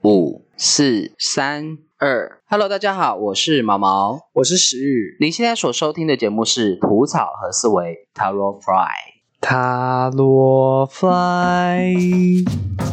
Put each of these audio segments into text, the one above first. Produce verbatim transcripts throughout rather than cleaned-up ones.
五、四、三、二。Hello， 大家好，我是毛毛， 我是石宇。 您现在所收听的节目是吐草和思维 Tarot Fly。 塔罗 Fly。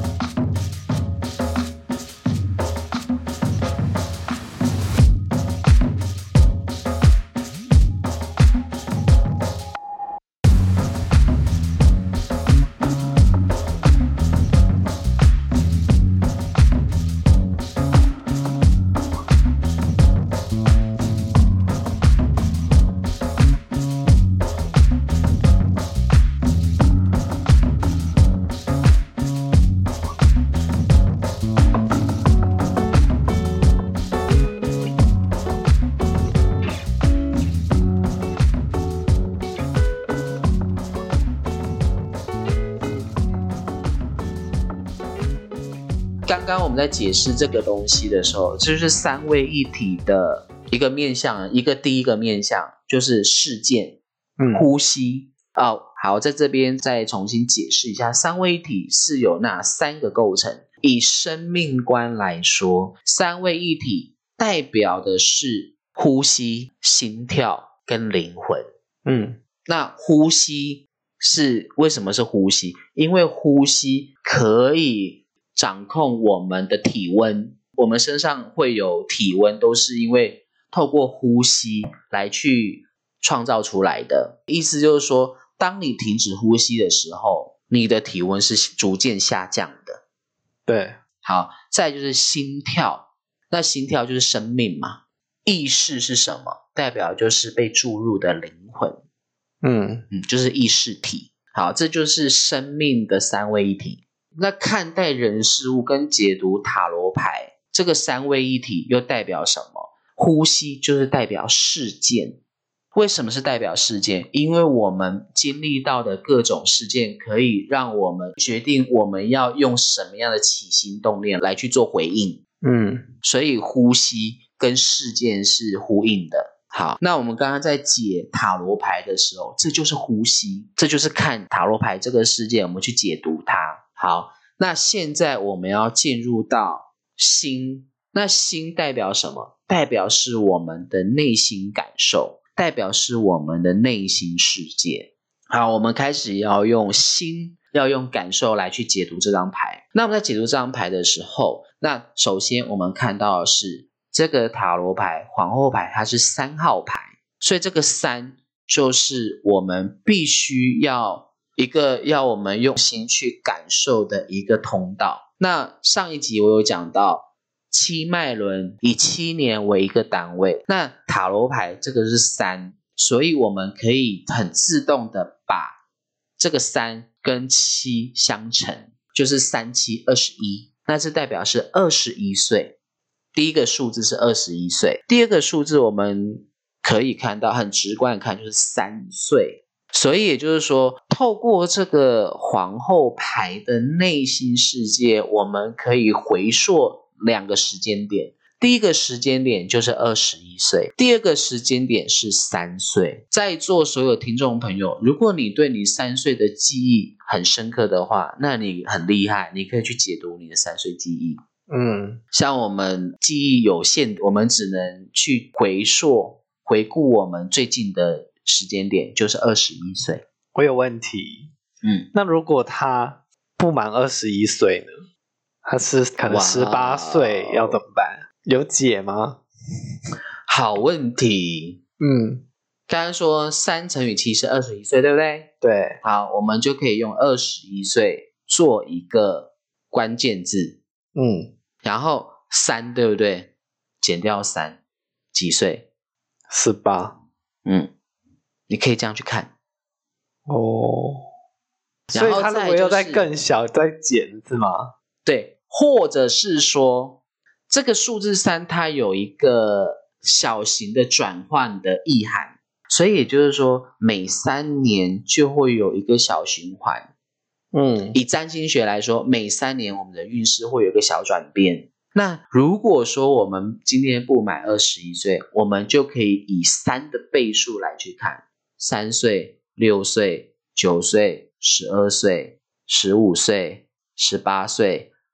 刚刚我们在解释这个东西的时候，这就是三位一体的一个面向，一个第一个面向就是事件、 嗯、 呼吸。哦，好，在这边再重新解释一下，三位一体是有哪三个构成？以生命观来说，三位一体代表的是呼吸、心跳跟灵魂。 嗯， 那呼吸是为什么是呼吸？因为呼吸可以掌控我们的体温，我们身上会有体温，都是因为透过呼吸来去创造出来的。意思就是说，当你停止呼吸的时候，你的体温是逐渐下降的。 对， 好，再来就是心跳，那心跳就是生命嘛。意识是什么？代表就是被注入的灵魂， 嗯嗯，就是意识体。好，这就是生命的三位一体。那看待人事物跟解读塔罗牌，这个三位一体又代表什么？呼吸就是代表事件。为什么是代表事件？因为我们经历到的各种事件可以让我们决定我们要用什么样的起心动念来去做回应。 嗯， 所以呼吸跟事件是呼应的。好，那我们刚刚在解塔罗牌的时候，这就是呼吸，这就是看塔罗牌这个事件，我们去解读它。好，那现在我们要进入到心，那心代表什么？代表是我们的内心感受，代表是我们的内心世界。好，我们开始要用心，要用感受来去解读这张牌。那我们在解读这张牌的时候，那首先我们看到的是这个塔罗牌皇后牌，它是三号牌，所以这个三就是我们必须要一个要我们用心去感受的一个通道。那上一集我有讲到七脉轮以七年为一个单位，那塔罗牌这个是三，所以我们可以很自动的把这个三跟七相乘，就是三七二十一，那这代表是二十一岁。第一个数字是二十一岁，第二个数字我们可以看到很直观的看就是三岁。所以也就是说，透过这个皇后牌的内心世界，我们可以回溯两个时间点。第一个时间点就是二十一岁，第二个时间点是三岁。在座所有听众朋友，如果你对你三岁的记忆很深刻的话，那你很厉害，你可以去解读你的三岁记忆。 嗯， 像我们记忆有限，我们只能去回溯回顾我们最近的时间点，就是二十一岁。 我有问题。 嗯， 那如果他不满二十一岁呢？他是可能十八岁，要怎么办？有解吗？ 好问题。 嗯， 刚刚说三乘以七是二十一岁，对不对？ 对。 好，我们就可以用二十一岁做一个关键字。 嗯， 然后三，对不对？减掉三，几岁？ 十八。 嗯，你可以这样去看。 哦，所以他如果要再更小再减是吗？ 对，或者是说这个数字三它有一个小型的转换的意涵，所以也就是说每三年就会有一个小循环。 嗯， 以占星学来说，每三年我们的运势会有一个小转变。那如果说我们今天不满二十一岁，我们就可以以三的倍数来去看，三岁、六岁、九岁、十二岁、十五岁、十八岁、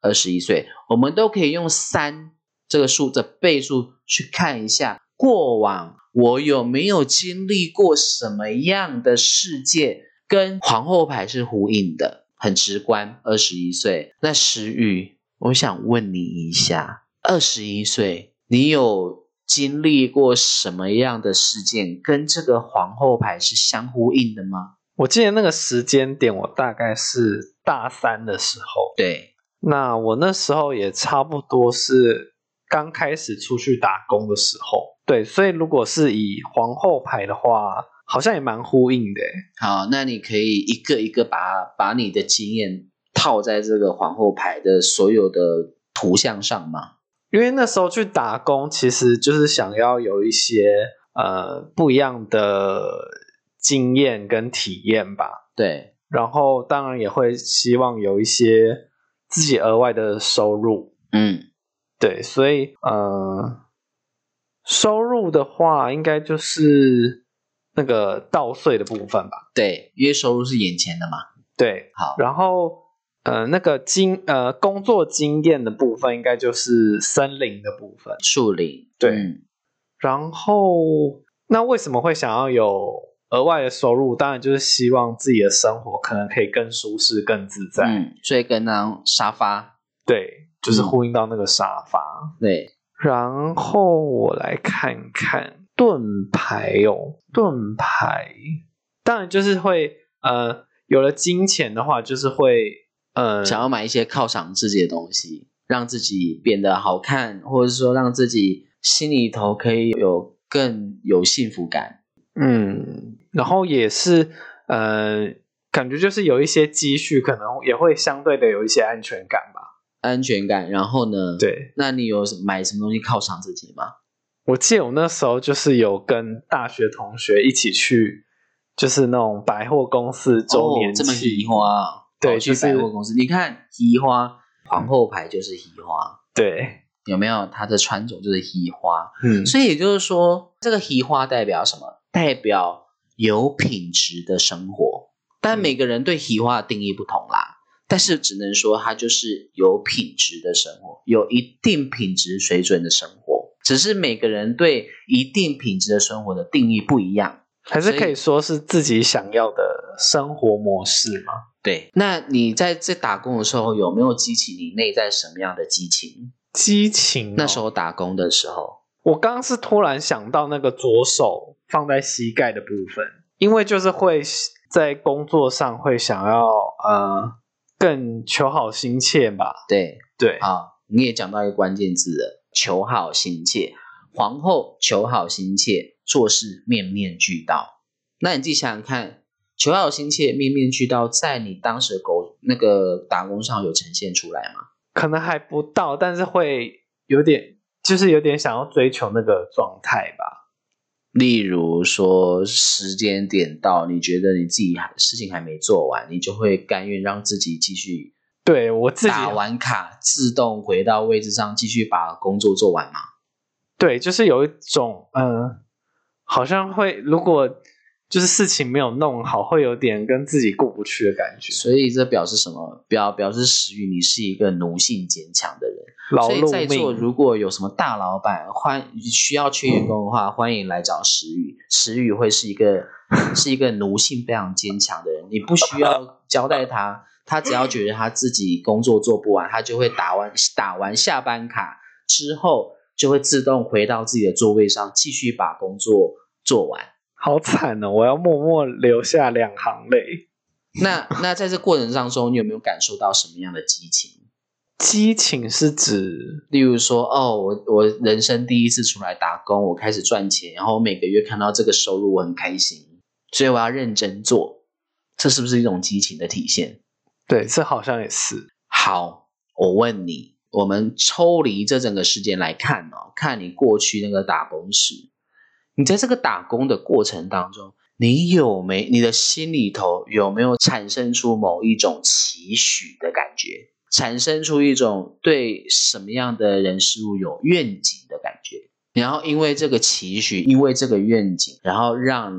二十一岁，我们都可以用三这个数的倍数去看一下过往我有没有经历过什么样的事件跟皇后牌是呼应的，很直观。二十一岁，那时雨，我想问你一下，二十一岁你有经历过什么样的事件跟这个皇后牌是相呼应的吗？ 我记得那个时间点我大概是大三的时候， 对， 那我那时候也差不多是刚开始出去打工的时候，对，所以如果是以皇后牌的话，好像也蛮呼应的。 好，那你可以一个一个把把你的经验套在这个皇后牌的所有的图像上吗？ 因为那时候去打工，其实就是想要有一些呃不一样的经验跟体验吧。 对， 然后当然也会希望有一些自己额外的收入。 嗯， 对，所以呃，收入的话，应该就是那个稻穗的部分吧。 对，因为收入是眼前的嘛。 对， 好， 然后呃，那个经呃工作经验的部分，应该就是森林的部分。 树林， 对， 嗯， 然后那为什么会想要有额外的收入？当然就是希望自己的生活可能可以更舒适、更自在。 嗯，所以跟那沙发， 对，就是呼应到那个沙发。 对， 然后我来看看盾牌哦，盾牌，当然就是会呃，有了金钱的话，就是会呃， 想要买一些犒赏自己的东西，让自己变得好看，或者说让自己心里头可以有更有幸福感。 嗯，然后也是呃，感觉就是有一些积蓄，可能也会相对的有一些安全感吧。 安全感，然后呢？ 对， 那你有买什么东西犒赏自己吗？ 我记得我那时候就是有跟大学同学一起去，就是那种百货公司周年庆， 哦、这么移花， 对， 去百货公司，就是、你看移花皇后牌就是移花， 对， 有没有？它的传统就是移花， 嗯， 所以也就是说，这个移花代表什么？代表有品质的生活，但每个人对移花的定义不同啦。但是只能说它就是有品质的生活，有一定品质水准的生活，只是每个人对一定品质的生活的定义不一样， 还是可以说是自己想要的生活模式吗？ 对，那你在这打工的时候有没有激起你内在什么样的激情？ 激情、哦、 那时候打工的时候， 我刚刚是突然想到那个左手放在膝盖的部分，因为就是会在工作上会想要呃更求好心切吧。 对对， 好，你也讲到一个关键字了，求好心切。皇后求好心切，做事面面俱到。那你自己想想看，求好心切、面面俱到，在你当时的工那个打工上有呈现出来吗？ 可能还不到，但是会有点，就是有点想要追求那个状态吧。 例如说，时间点到，你觉得你自己事情还没做完，你就会甘愿让自己继续对我自己打完卡，自动回到位置上，继续把工作做完吗？ 对，就是有一种嗯、呃，好像会如果就是事情没有弄好，会有点跟自己过不去的感觉。 所以这表示什么？表表示时雨你是一个奴性坚强的人。 劳碌命。 所以在座如果有什么大老板欢需要缺员工的话，欢迎来找时雨。时雨会是一个是一个奴性非常坚强的人，你不需要交代他，他只要觉得他自己工作做不完，他就会打完打完下班卡之后，就会自动回到自己的座位上，继续把工作做完。 好惨哦！我要默默流下两行泪。 那那在这过程当中，你有没有感受到什么样的激情？ 激情是指， 例如说，哦，我我人生第一次出来打工，我开始赚钱，然后每个月看到这个收入，我很开心，所以我要认真做，这是不是一种激情的体现？ 对，这好像也是。 好，我问你，我们抽离这整个事件来看哦，看你过去那个打工史。你在这个打工的过程当中，你有没你的心里头有没有产生出某一种期许的感觉，产生出一种对什么样的人事物有愿景的感觉，然后因为这个期许，因为这个愿景，然后让你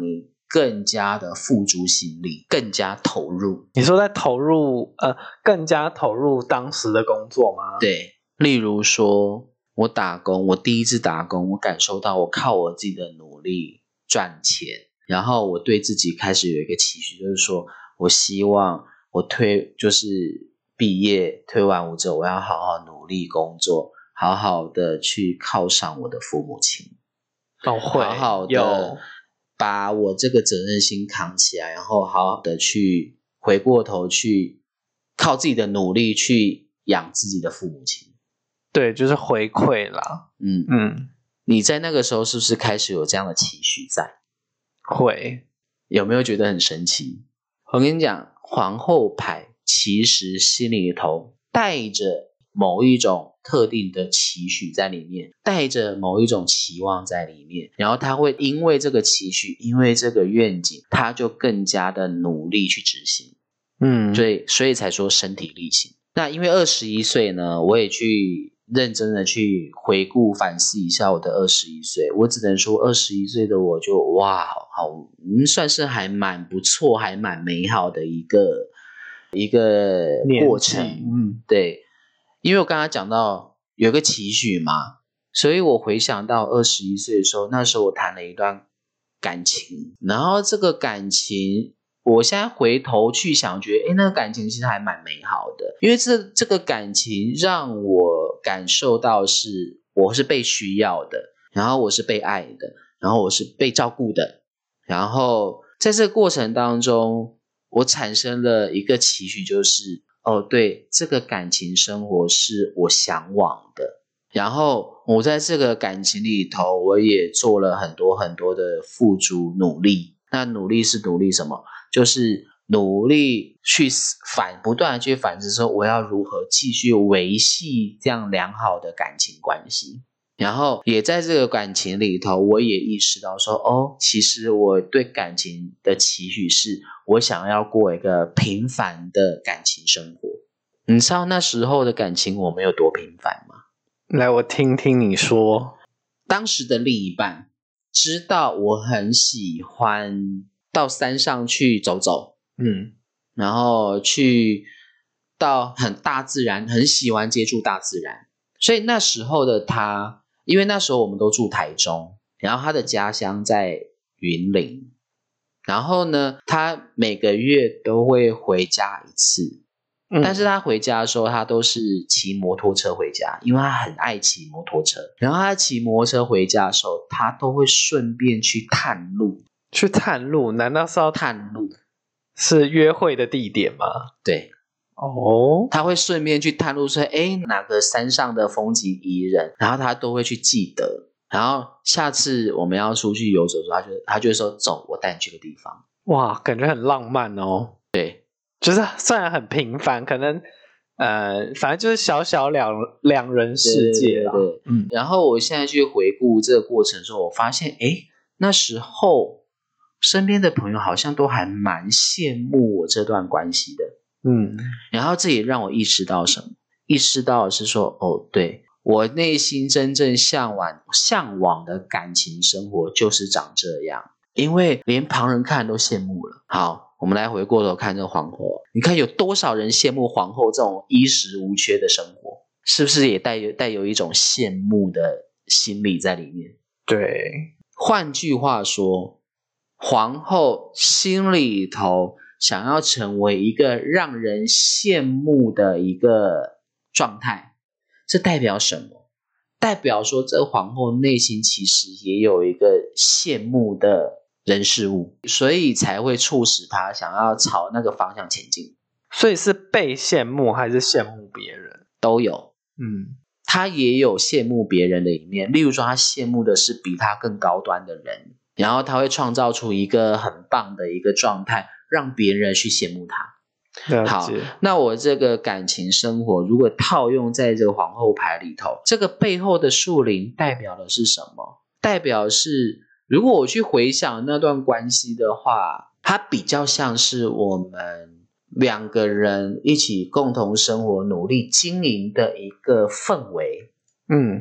更加的付诸心力，更加投入。 你说在投入呃，更加投入当时的工作吗？ 对，例如说我打工，我第一次打工，我感受到我靠我自己的努力赚钱，然后我对自己开始有一个期许，就是说我希望我退就是毕业退完伍之后，我要好好努力工作，好好的去犒赏我的父母亲， 哦，会好好的把我这个责任心扛起来，然后好好的去回过头去靠自己的努力去养自己的父母亲。 对，就是回馈啦。 嗯嗯，你在那个时候是不是开始有这样的期许在？ 会。 有没有觉得很神奇？我跟你讲，皇后牌其实心里头带着某一种特定的期许在里面，带着某一种期望在里面，然后他会因为这个期许，因为这个愿景，他就更加的努力去执行。 嗯， 所以所以才说身体力行。那因为二十一岁呢，我也去认真的去回顾反思一下我的二十一岁，我只能说二十一岁的我就哇，好，嗯，算是还蛮不错，还蛮美好的一个一个过程。 嗯， 对，因为我刚刚讲到有个期许嘛，所以我回想到二十一岁的时候，那时候我谈了一段感情，然后这个感情我现在回头去想，觉得诶那个感情其实还蛮美好的，因为这这个感情让我感受到是我是被需要的，然后我是被爱的，然后我是被照顾的，然后在这个过程当中，我产生了一个期许，就是哦，对，这个感情生活是我向往的，然后我在这个感情里头，我也做了很多很多的付诸努力。那努力是努力什么？就是努力去反不断的去反思说我要如何继续维系这样良好的感情关系，然后也在这个感情里头我也意识到说哦，其实我对感情的期许是我想要过一个平凡的感情生活。你知道那时候的感情我们有多平凡吗？ 来我听听你说。 当时的另一半知道我很喜欢到山上去走走， 嗯， 然后去到很大自然，很喜欢接触大自然。所以那时候的他，因为那时候我们都住台中，然后他的家乡在云林，然后呢，他每个月都会回家一次。 嗯， 但是他回家的时候，他都是骑摩托车回家，因为他很爱骑摩托车。然后他骑摩托车回家的时候，他都会顺便去探路。 去探路？难道是要探路？ 是约会的地点吗？ 对。 哦， 他会顺便去探路说，诶，哪个山上的风景宜人，然后他都会去记得。然后下次我们要出去游走的时候，他就他就会说，走，我带你去个地方。 哇，感觉很浪漫哦。 对。 就是虽然很平凡，可能呃，反正就是小小两两人世界啦。 对对对，嗯。然后我现在去回顾这个过程的时候，我发现，诶，那时候身边的朋友好像都还蛮羡慕我这段关系的。 嗯， 然后这也让我意识到什么？意识到的是说，哦，对，我内心真正向往向往的感情生活就是长这样，因为连旁人看都羡慕了。好，我们来回过头看这个皇后，你看有多少人羡慕皇后这种衣食无缺的生活，是不是也带有带有一种羡慕的心理在里面？ 对， 换句话说，皇后心里头想要成为一个让人羡慕的一个状态，这代表什么？代表说这皇后内心其实也有一个羡慕的人事物，所以才会促使她想要朝那个方向前进。 所以是被羡慕还是羡慕别人？ 都有。 嗯， 她也有羡慕别人的一面，例如说她羡慕的是比她更高端的人，然后她会创造出一个很棒的一个状态，让别人去羡慕她。好，那我这个感情生活如果套用在这个皇后牌里头，这个背后的树林代表的是什么？代表是如果我去回想那段关系的话，它比较像是我们两个人一起共同生活努力经营的一个氛围。 嗯，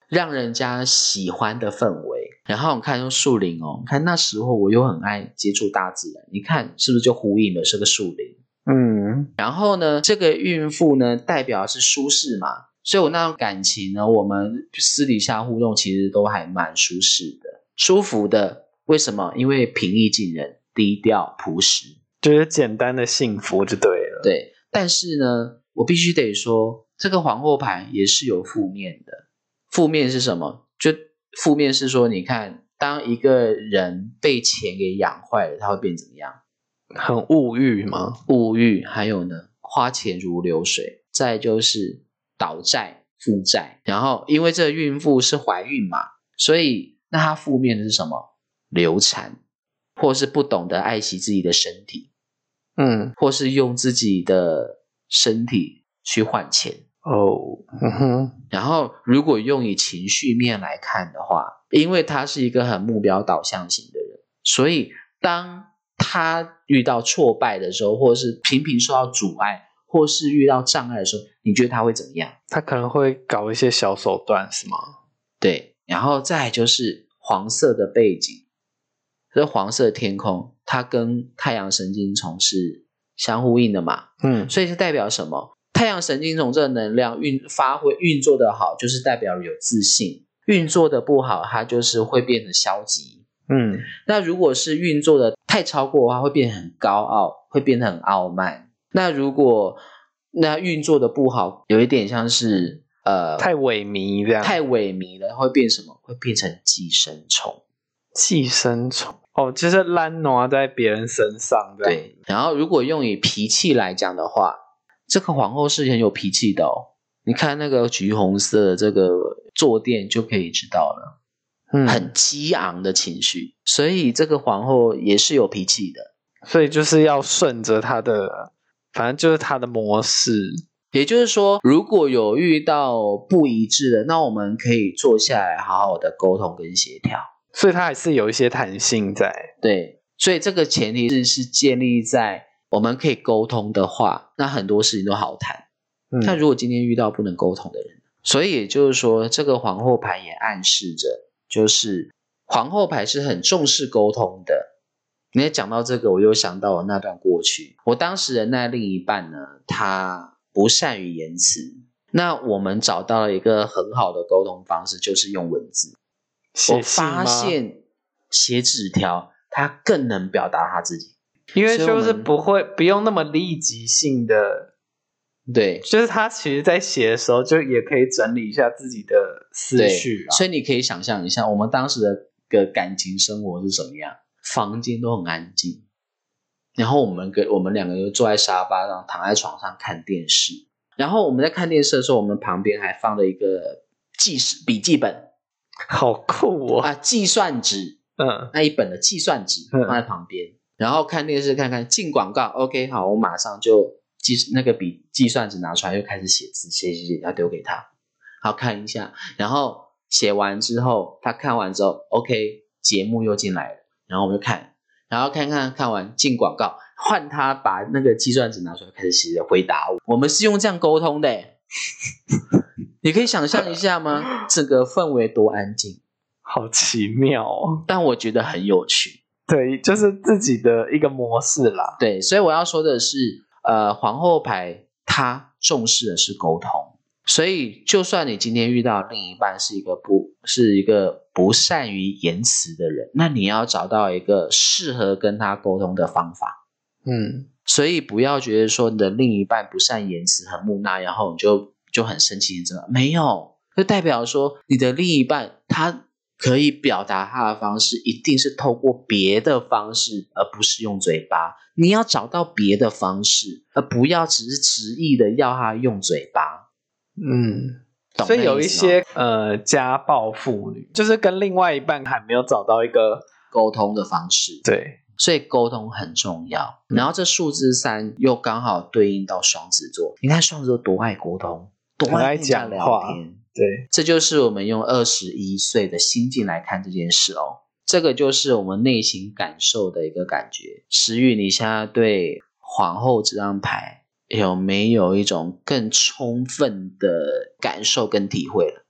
让人家喜欢的氛围。然后你看树林哦，你看那时候我又很爱接触大自然，你看是不是就呼应了这个树林？ 嗯， 然后呢，这个孕妇呢代表是舒适嘛，所以我那种感情呢，我们私底下互动其实都还蛮舒适的、舒服的。为什么？因为平易近人、低调朴实， 就是简单的幸福就对了。 对，但是呢，我必须得说，这个皇后牌也是有负面的。负面是什么？就负面是说，你看，当一个人被钱给养坏了，他会变怎么样？ 很物欲吗？ 物欲，还有呢，花钱如流水，再就是倒债、负债。然后，因为这个孕妇是怀孕嘛，所以那她负面的是什么？流产，或是不懂得爱惜自己的身体， 嗯， 或是用自己的身体去换钱。 哦，嗯哼， 然后如果用以情绪面来看的话，因为他是一个很目标导向型的人，所以当他遇到挫败的时候，或是频频受到阻碍，或是遇到障碍的时候，你觉得他会怎么样？ 他可能会搞一些小手段是吗？ 对，然后再来就是黄色的背景，这黄色的天空，它跟太阳神经丛是相呼应的嘛， 嗯， 所以是代表什么？太阳神经丛这个能量运发挥运作的好，就是代表有自信；运作的不好，它就是会变得消极。 嗯， 那如果是运作的太超过的话，会变得很高傲，会变得很傲慢。那如果那运作的不好，有一点像是呃太萎靡这样， 太萎靡了，会变什么？会变成寄生虫。 寄生虫哦，就是懒挪在别人身上这样。 对，然后如果用以脾气来讲的话，这个皇后是很有脾气的哦。你看那个橘红色的这个坐垫就可以知道了， 嗯， 很激昂的情绪，所以这个皇后也是有脾气的。 所以就是要顺着他的，反正就是他的模式。 也就是说，如果有遇到不一致的，那我们可以坐下来好好的沟通跟协调。 所以他还是有一些弹性在。 对，所以这个前提是是建立在我们可以沟通的话，那很多事情都好谈。 嗯， 那如果今天遇到不能沟通的人，所以也就是说，这个皇后牌也暗示着，就是皇后牌是很重视沟通的。你也讲到这个，我又想到了那段过去，我当时的那另一半呢，他不善于言辞，那我们找到了一个很好的沟通方式，就是用文字。我发现写纸条，他更能表达他自己， 因为就是不会不用那么立即性的， 对， 就是他其实在写的时候就也可以整理一下自己的思绪啊。 所以你可以想象一下，我们当时的个感情生活是什么样，房间都很安静，然后我们跟我们两个就坐在沙发上，躺在床上看电视，然后我们在看电视的时候，我们旁边还放了一个记事笔记本。 好酷哦！ 啊，计算纸， 嗯， 那一本的计算纸放在旁边，嗯、然后看电视看看进广告 ，OK， 好，我马上就计那个笔计算纸拿出来，又开始写字，写写写，要丢给他，好看一下，然后写完之后，他看完之后 ，OK， 节目又进来了，然后我们就看，然后看看看完进广告，换他把那个计算纸拿出来开始写回答我，我们是用这样沟通的耶。你可以想象一下吗？整个氛围多安静， 好奇妙哦！ 但我觉得很有趣。 对，就是自己的一个模式啦。 对，所以我要说的是，呃，皇后牌它重视的是沟通，所以就算你今天遇到另一半是一个不是一个不善于言辞的人，那你要找到一个适合跟他沟通的方法。 嗯， 所以不要觉得说你的另一半不善言辞、很木讷，然后你就就很生气，你知道没有？就代表说你的另一半他可以表达他的方式，一定是透过别的方式，而不是用嘴巴。你要找到别的方式，而不要只是执意的要他用嘴巴。 嗯，所以有一些呃家暴妇女，就是跟另外一半还没有找到一个沟通的方式。 对。 所以沟通很重要，然后这数字三又刚好对应到双子座。你看双子座多爱沟通，多爱讲话， 对， 这就是我们用二十一岁的心境来看这件事哦。这个就是我们内心感受的一个感觉。石宇，你现在对皇后这张牌有没有一种更充分的感受跟体会了？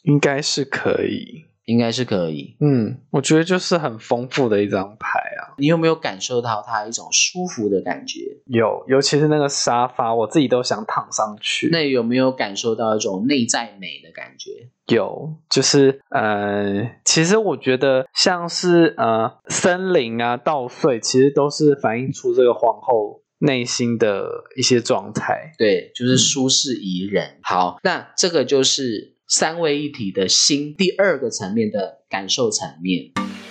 应该是可以， 应该是可以。 嗯，我觉得就是很丰富的一张牌啊。 你有没有感受到它一种舒服的感觉？ 有，尤其是那个沙发，我自己都想躺上去。 那有没有感受到一种内在美的感觉？ 有，就是呃，其实我觉得像是呃森林啊、稻穗，其实都是反映出这个皇后内心的一些状态。 对，就是舒适宜人。嗯、好，那这个就是三位一体的心第二个层面的感受层面。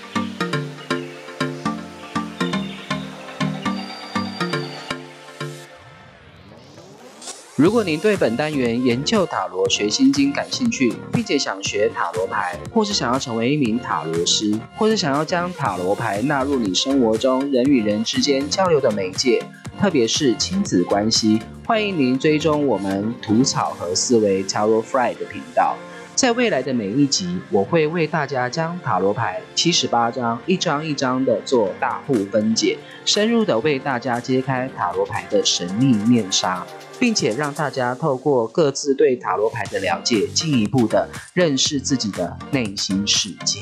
如果您对本单元研究塔罗学心经感兴趣，并且想学塔罗牌，或是想要成为一名塔罗师，或是想要将塔罗牌纳入你生活中人与人之间交流的媒介，特别是亲子关系，欢迎您追踪我们吐草和思维 Tarot Fry 的频道。在未来的每一集，我会为大家将塔罗牌七十八张一张一张的做大户分解，深入的为大家揭开塔罗牌的神秘面纱，并且让大家透过各自对塔罗牌的了解，进一步的认识自己的内心世界。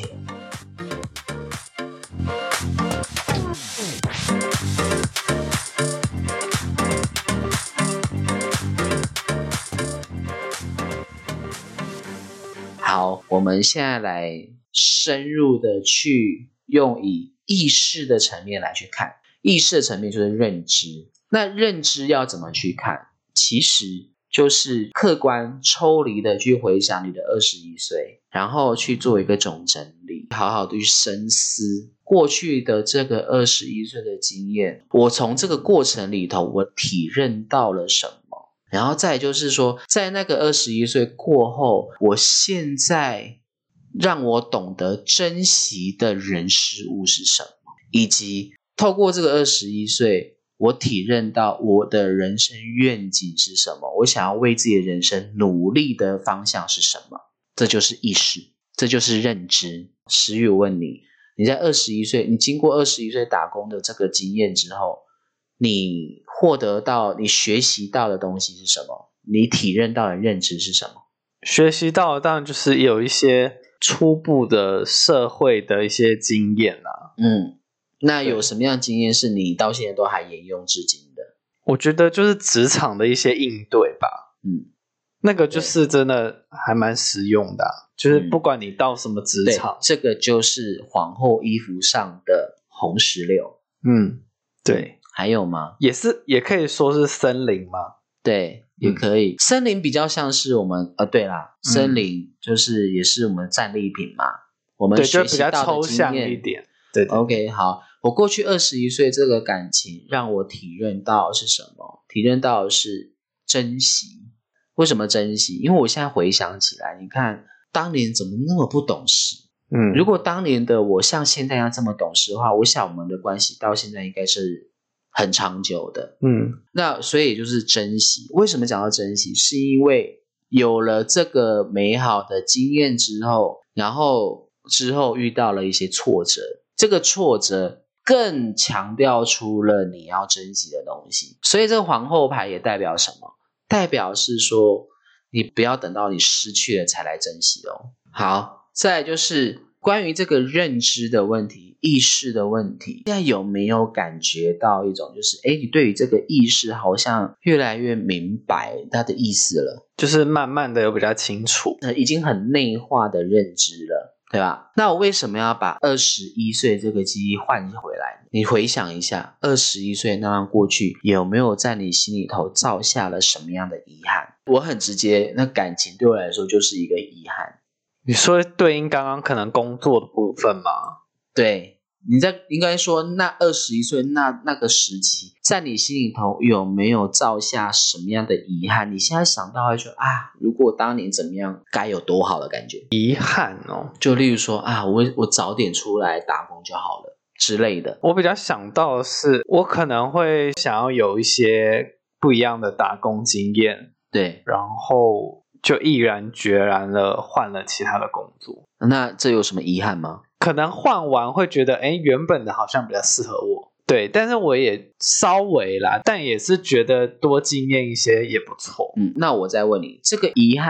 好，我们现在来深入的去用以意识的层面来去看，意识的层面就是认知。那认知要怎么去看？其实就是客观抽离的去回想你的二十一岁，然后去做一个总整理，好好的去深思过去的这个二十一岁的经验，我从这个过程里头我体认到了什么。然后再就是说，在那个二十一岁过后，我现在让我懂得珍惜的人事物是什么，以及透过这个二十一岁，我体认到我的人生愿景是什么，我想要为自己的人生努力的方向是什么。这就是意识，这就是认知。石宇，我问你，你在二十一岁，你经过二十一岁打工的这个经验之后，你获得到你学习到的东西是什么？你体认到的认知是什么？ 学习到的当然就是有一些初步的社会的一些经验啦。 嗯，那有什么样的经验是你到现在都还沿用至今的？ 我觉得就是职场的一些应对吧。 嗯， 那个就是真的还蛮实用的、啊、就是不管你到什么职场、 嗯、这个就是皇后衣服上的红石榴。 嗯，对。 还有吗？ 也是，也可以说是森林嘛。 对，也可以。嗯、森林比较像是我们，呃，对啦， 嗯、 森林就是也是我们战利品嘛。我们学习到的经验， 对，就比较抽象一点。对, 对 ，OK， 好。我过去二十一岁这个感情，让我体认到是什么？体认到的是珍惜。为什么珍惜？因为我现在回想起来，你看当年怎么那么不懂事。 嗯， 如果当年的我像现在一样这么懂事的话，我想我们的关系到现在应该是很长久的。 嗯， 那所以就是珍惜。为什么讲到珍惜？是因为有了这个美好的经验之后，然后之后遇到了一些挫折，这个挫折更强调出了你要珍惜的东西。所以这个皇后牌也代表什么？代表是说你不要等到你失去了才来珍惜哦。好，再来就是关于这个认知的问题，意识的问题，现在有没有感觉到一种就是诶，你对于这个意识好像越来越明白它的意思了， 就是慢慢的有比较清楚， 呃，已经很内化的认知了，对吧？那我为什么要把二十一岁这个记忆换回来？你回想一下二十一岁那段过去，有没有在你心里头造下了什么样的遗憾？我很直接，那感情对我来说就是一个遗憾。 你说对应刚刚可能工作的部分吗？ 对，你在应该说那二十一岁那那个时期，在你心里头有没有造下什么样的遗憾？你现在想到会说啊，如果当年怎么样，该有多好的感觉？ 遗憾哦， 就例如说啊，我我早点出来打工就好了之类的。 我比较想到的是，我可能会想要有一些不一样的打工经验， 对， 然后就毅然决然的换了其他的工作。 那这有什么遗憾吗？ 可能换完会觉得诶原本的好像比较适合我，对，但是我也稍微啦，但也是觉得多经验一些也不错。 嗯，那我再问你，这个遗憾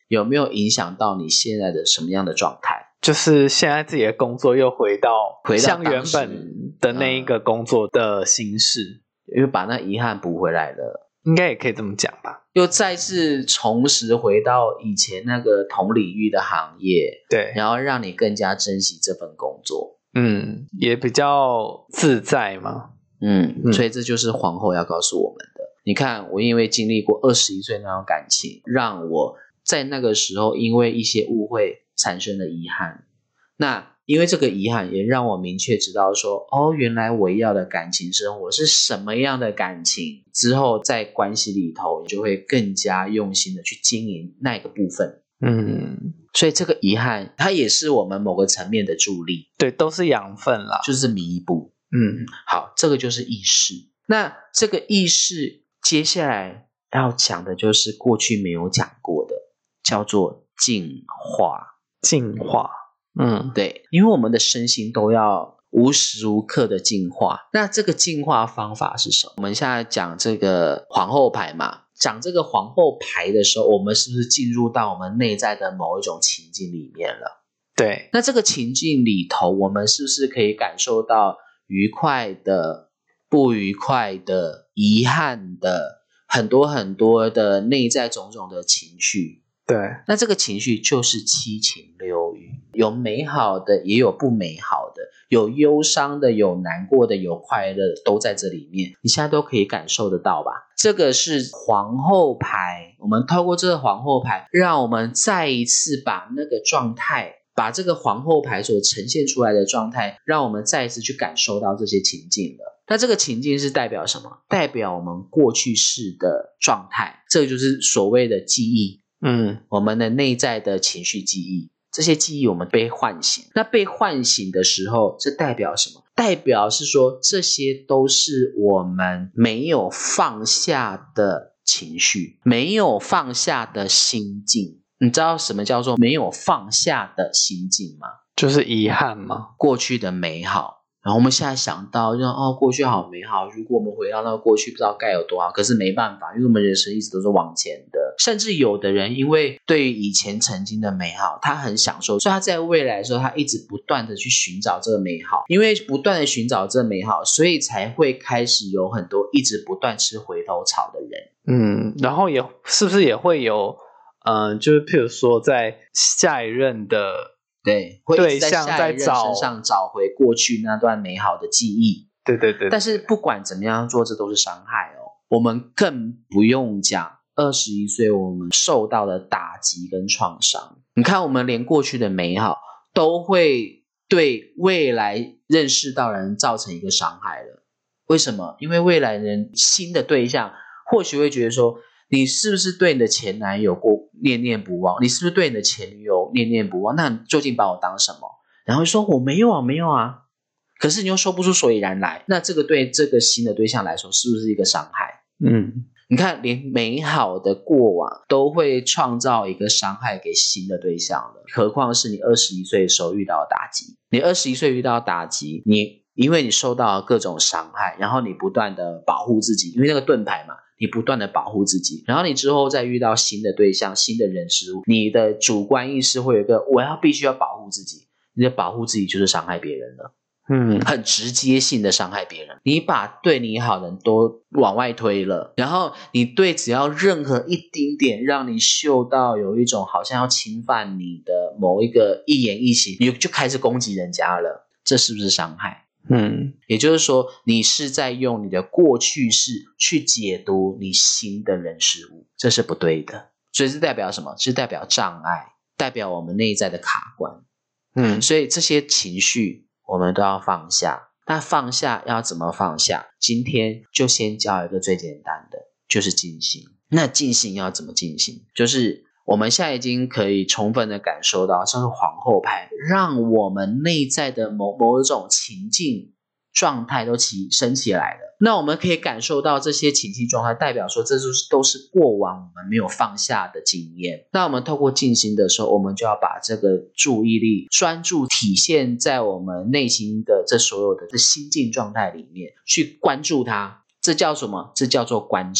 有没有影响到你现在的什么样的状态？ 就是现在自己的工作又回到回到像原当时本的那一个工作的形式， 因为把那遗憾补回来了， 应该也可以这么讲吧。 又再次重拾回到以前那个同领域的行业， 对， 然后让你更加珍惜这份工作。 嗯，也比较自在嘛。 嗯， 嗯所以这就是皇后要告诉我们的。你看，我因为经历过二十一岁那种感情，让我在那个时候因为一些误会产生了遗憾。那因为这个遗憾也让我明确知道说，哦，原来我要的感情生活是什么样的感情，之后在关系里头你就会更加用心的去经营那个部分。 嗯， 所以这个遗憾它也是我们某个层面的助力， 对，都是养分啦。 就是弥补。 嗯， 好，这个就是意识。那这个意识接下来要讲的就是过去没有讲过的，叫做进化。 进化。嗯， 对，因为我们的身心都要无时无刻的进化。那这个进化方法是什么？我们现在讲这个皇后牌嘛，讲这个皇后牌的时候，我们是不是进入到我们内在的某一种情境里面了？ 对。 那这个情境里头，我们是不是可以感受到愉快的、不愉快的、遗憾的，很多很多的内在种种的情绪？ 对， 那这个情绪就是七情六欲，有美好的，也有不美好的，有忧伤的，有难过的，有快乐的，都在这里面，你现在都可以感受得到吧？这个是皇后牌，我们透过这个皇后牌，让我们再一次把那个状态，把这个皇后牌所呈现出来的状态，让我们再一次去感受到这些情境了。那这个情境是代表什么？代表我们过去式的状态，这就是所谓的记忆。 嗯， 我们的内在的情绪记忆，这些记忆我们被唤醒。那被唤醒的时候，这代表什么？代表是说这些都是我们没有放下的情绪，没有放下的心境。你知道什么叫做没有放下的心境吗？ 就是遗憾嘛， 过去的美好。然后我们现在想到就哦，过去好美好，如果我们回到那个过去不知道该有多好，可是没办法，因为我们人生一直都是往前的。甚至有的人因为对于以前曾经的美好他很享受，所以他在未来的时候他一直不断的去寻找这个美好，因为不断的寻找这个美好，所以才会开始有很多一直不断吃回头草的人。 嗯，然后也是不是也会有嗯、呃，就是譬如说在下一任的对，会一直在对象下一任在找身上找回过去那段美好的记忆。 对对对， 但是不管怎么样做，这都是伤害哦。我们更不用讲二十一岁我们受到的打击跟创伤。你看，我们连过去的美好都会对未来认识到的人造成一个伤害了。为什么？因为未来人新的对象或许会觉得说，你是不是对你的前男友过念念不忘？你是不是对你的前女友念念不忘？那你究竟把我当什么？然后说我没有啊，没有啊。可是你又说不出所以然来，那这个对这个新的对象来说是不是一个伤害？ 嗯， 你看，连美好的过往都会创造一个伤害给新的对象了，何况是你二十一岁的时候遇到的打击。你二十一岁遇到打击，你因为你受到了各种伤害，然后你不断的保护自己，因为那个盾牌嘛，你不断的保护自己，然后你之后再遇到新的对象、新的人事物，你的主观意识会有一个我要必须要保护自己，你的保护自己就是伤害别人了。 嗯， 很直接性的伤害别人，你把对你好的人都往外推了，然后你对只要任何一丁点让你嗅到有一种好像要侵犯你的某一个一言一行，你就开始攻击人家了，这是不是伤害？ 嗯， 也就是说，你是在用你的过去式去解读你新的人事物，这是不对的。所以是代表什么？是代表障碍，代表我们内在的卡关。 嗯， 所以这些情绪我们都要放下。那放下要怎么放下？今天就先教一个最简单的，就是静心。那静心要怎么静心？就是我们现在已经可以充分的感受到，像是皇后牌，让我们内在的某某一种情境状态都起升起来了。那我们可以感受到这些情境状态，代表说这就是都是过往我们没有放下的经验。那我们透过静心的时候，我们就要把这个注意力专注体现在我们内心的这所有的心境状态里面，去关注它。这叫什么？这叫做关照。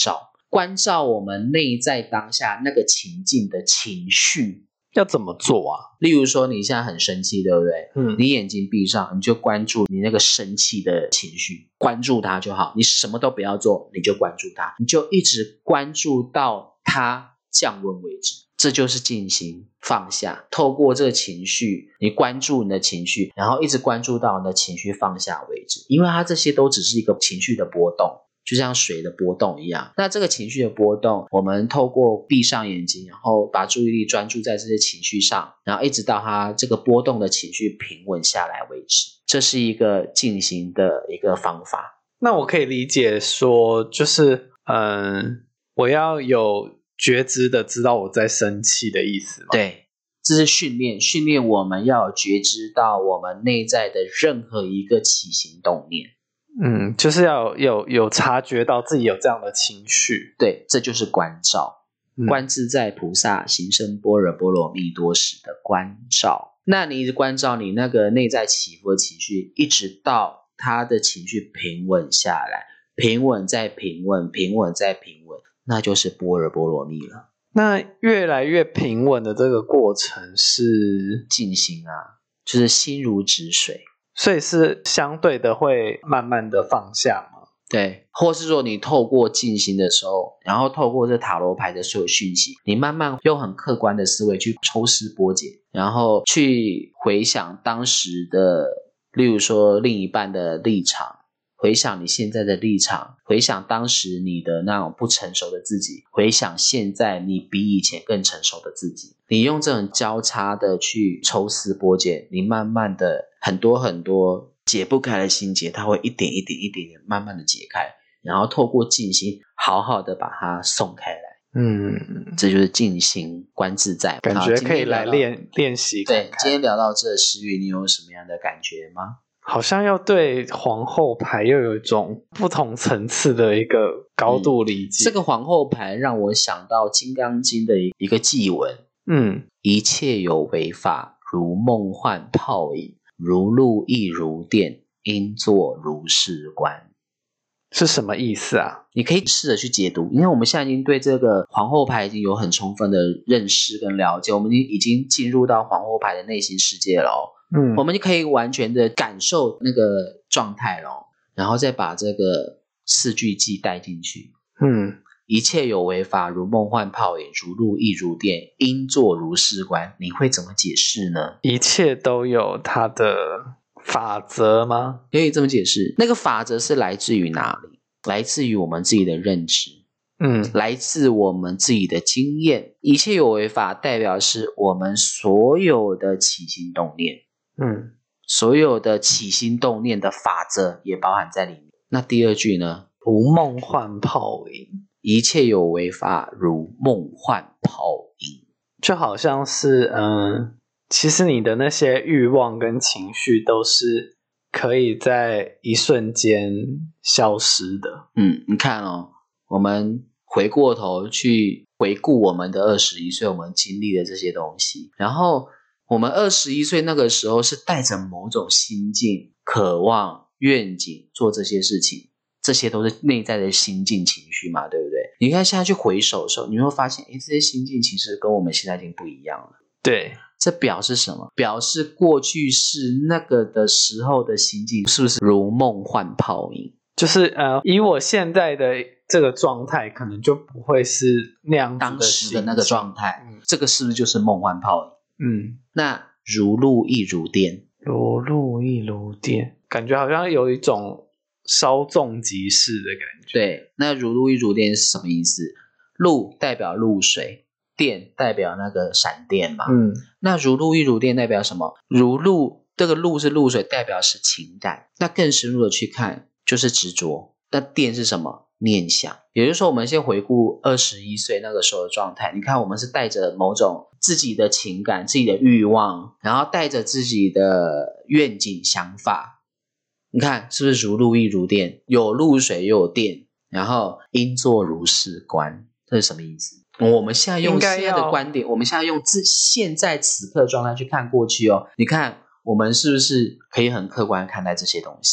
关照我们内在当下那个情境的情绪。 要怎么做啊？ 例如说你现在很生气，对不对？ 嗯， 你眼睛闭上，你就关注你那个生气的情绪，关注它就好，你什么都不要做，你就关注它，你就一直关注到它降温为止。这就是静心放下，透过这个情绪，你关注你的情绪，然后一直关注到你的情绪放下为止，因为它这些都只是一个情绪的波动，就像水的波动一样。那这个情绪的波动，我们透过闭上眼睛，然后把注意力专注在这些情绪上，然后一直到它这个波动的情绪平稳下来为止，这是一个静心的一个方法。 那我可以理解说，就是嗯，我要有觉知的知道我在生气的意思吗？ 对，这是训练，训练我们要觉知到我们内在的任何一个起心动念。 嗯，就是要有有察觉到自己有这样的情绪。 对，这就是关照。 嗯、 观自在菩萨行深般若波罗蜜多时的关照。那你一直关照你那个内在起伏的情绪，一直到他的情绪平稳下来，平稳再平稳，平稳再平稳，那就是般若波罗蜜了。 那越来越平稳的这个过程是静心啊，就是心如止水， 所以是相对的会慢慢的放下吗？ 对，或是说你透过静心的时候，然后透过这塔罗牌的所有讯息，你慢慢用很客观的思维去抽丝剥茧，然后去回想当时的，例如说另一半的立场，回想你现在的立场，回想当时你的那种不成熟的自己，回想现在你比以前更成熟的自己，你用这种交叉的去抽丝剥茧，你慢慢的很多很多解不开的心结，它会一点一点一点点慢慢的解开，然后透过静心好好的把它送开来。 嗯， 这就是静心观自在， 感觉可以来练练习看看。 对，今天聊到这，诗瑜，你有什么样的感觉吗？ 好像要对皇后牌又有一种不同层次的一个高度理解。 嗯、这个皇后牌让我想到《金刚经》的一个偈文， 嗯， 一切有为法，如梦幻泡影，如露亦如电，应作如是观。 是什么意思啊？ 你可以试着去解读，因为我们现在已经对这个皇后牌已经有很充分的认识跟了解，我们已经进入到皇后牌的内心世界了哦。 嗯， 我们就可以完全的感受那个状态咯，然后再把这个四句偈带进去。 嗯， 一切有为法，如梦幻泡影，如露亦如电，应作如是观。你会怎么解释呢？ 一切都有它的法则吗？ 可以这么解释，那个法则是来自于哪里？来自于我们自己的认知， 嗯， 来自我们自己的经验。一切有为法代表是我们所有的起心动念， 嗯， 所有的起心动念的法则也包含在里面。那第二句呢？ 如梦幻泡影， 一切有为法，如梦幻泡影， 就好像是嗯。其实你的那些欲望跟情绪都是可以在一瞬间消失的。 嗯，你看哦，我们回过头去回顾我们的二十一岁，我们经历的这些东西，然后我们二十一岁那个时候是带着某种心境、渴望、愿景做这些事情，这些都是内在的心境情绪嘛，对不对？你看现在去回首的时候，你会发现，诶，这些心境其实跟我们现在已经不一样了。 对。 这表示什么？表示过去是那个的时候的心境是不是如梦幻泡影？ 就是呃，以我现在的这个状态，可能就不会是那样子的当时的那个状态、嗯、这个是不是就是梦幻泡影？ 嗯， 那如露亦如电， 如露亦如电，感觉好像有一种稍纵即逝的感觉。 对，那如露亦如电是什么意思？露代表露水，电代表那个闪电嘛， 嗯， 那如露亦如电代表什么？如露，这个露是露水，代表是情感。那更深入的去看，就是执着。那电是什么？念想。也就是说，我们先回顾二十一岁那个时候的状态，你看我们是带着某种自己的情感、自己的欲望，然后带着自己的愿景、想法。你看是不是如露亦如电？有露水又有电，然后应作如是观，这是什么意思？我们现在用现在的观点，我们现在用自现在此刻的状态去看过去哦。你看我们是不是可以很客观看待这些东西？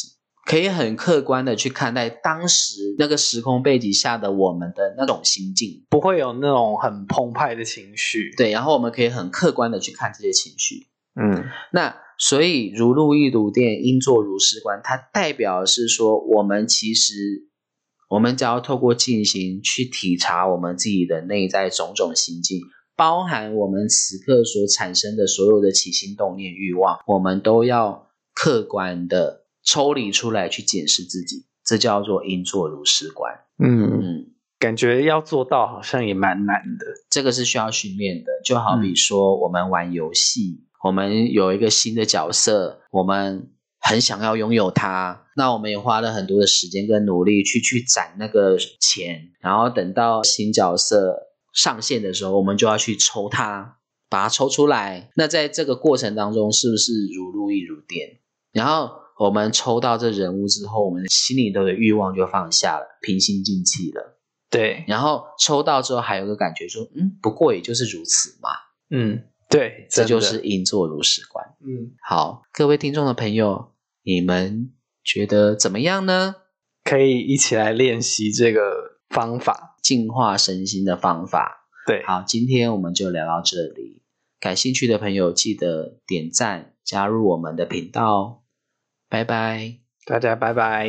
可以很客观的去看待当时那个时空背景下的我们的那种心境， 不会有那种很澎湃的情绪。 对，然后我们可以很客观的去看这些情绪。 嗯， 那所以如露亦如电，应作如是观，它代表的是说，我们其实我们只要透过静心去体察我们自己的内在种种心境，包含我们此刻所产生的所有的起心动念欲望，我们都要客观的抽离出来去检视自己，这叫做应作如是观。 嗯嗯， 感觉要做到好像也蛮难的。 这个是需要训练的，就好比说我们玩游戏、嗯、我们有一个新的角色，我们很想要拥有它，那我们也花了很多的时间跟努力去去攒那个钱，然后等到新角色上线的时候，我们就要去抽它，把它抽出来。那在这个过程当中，是不是如露亦如电？然后我们抽到这人物之后，我们心里头的欲望就放下了，平心静气了。 对， 然后抽到之后还有个感觉说，嗯，不过也就是如此嘛。 嗯，对， 这就是应作如是观。 嗯， 好，各位听众的朋友，你们觉得怎么样呢？ 可以一起来练习这个方法， 净化身心的方法。 对， 好，今天我们就聊到这里。感兴趣的朋友记得点赞，加入我们的频道哦。拜拜， 大家拜拜。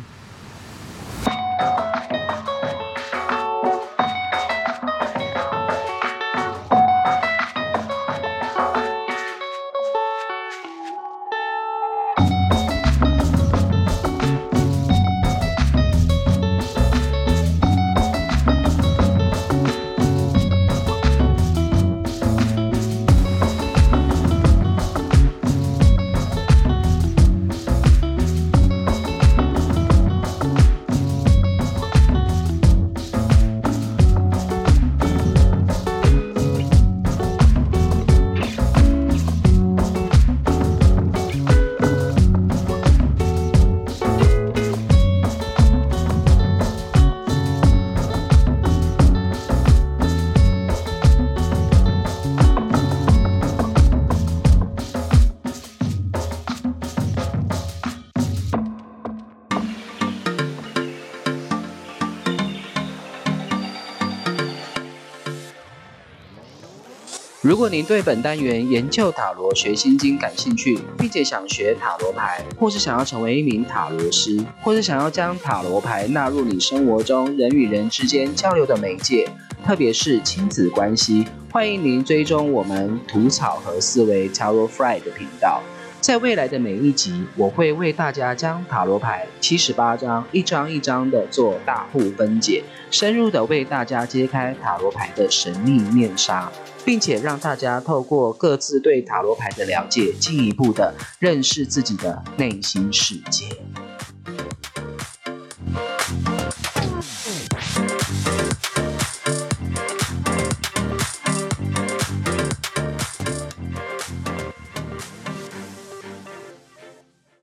如果您对本单元研究塔罗学心经感兴趣，并且想学塔罗牌，或是想要成为一名塔罗师，或是想要将塔罗牌纳入你生活中人与人之间交流的媒介，特别是亲子关系，欢迎您追踪我们吐草和思维 Tarot Fry 的频道。在未来的每一集，我会为大家将塔罗牌七十八张一张一张的做大户分解，深入的为大家揭开塔罗牌的神秘面纱，并且让大家透过各自对塔罗牌的了解，进一步的认识自己的内心世界。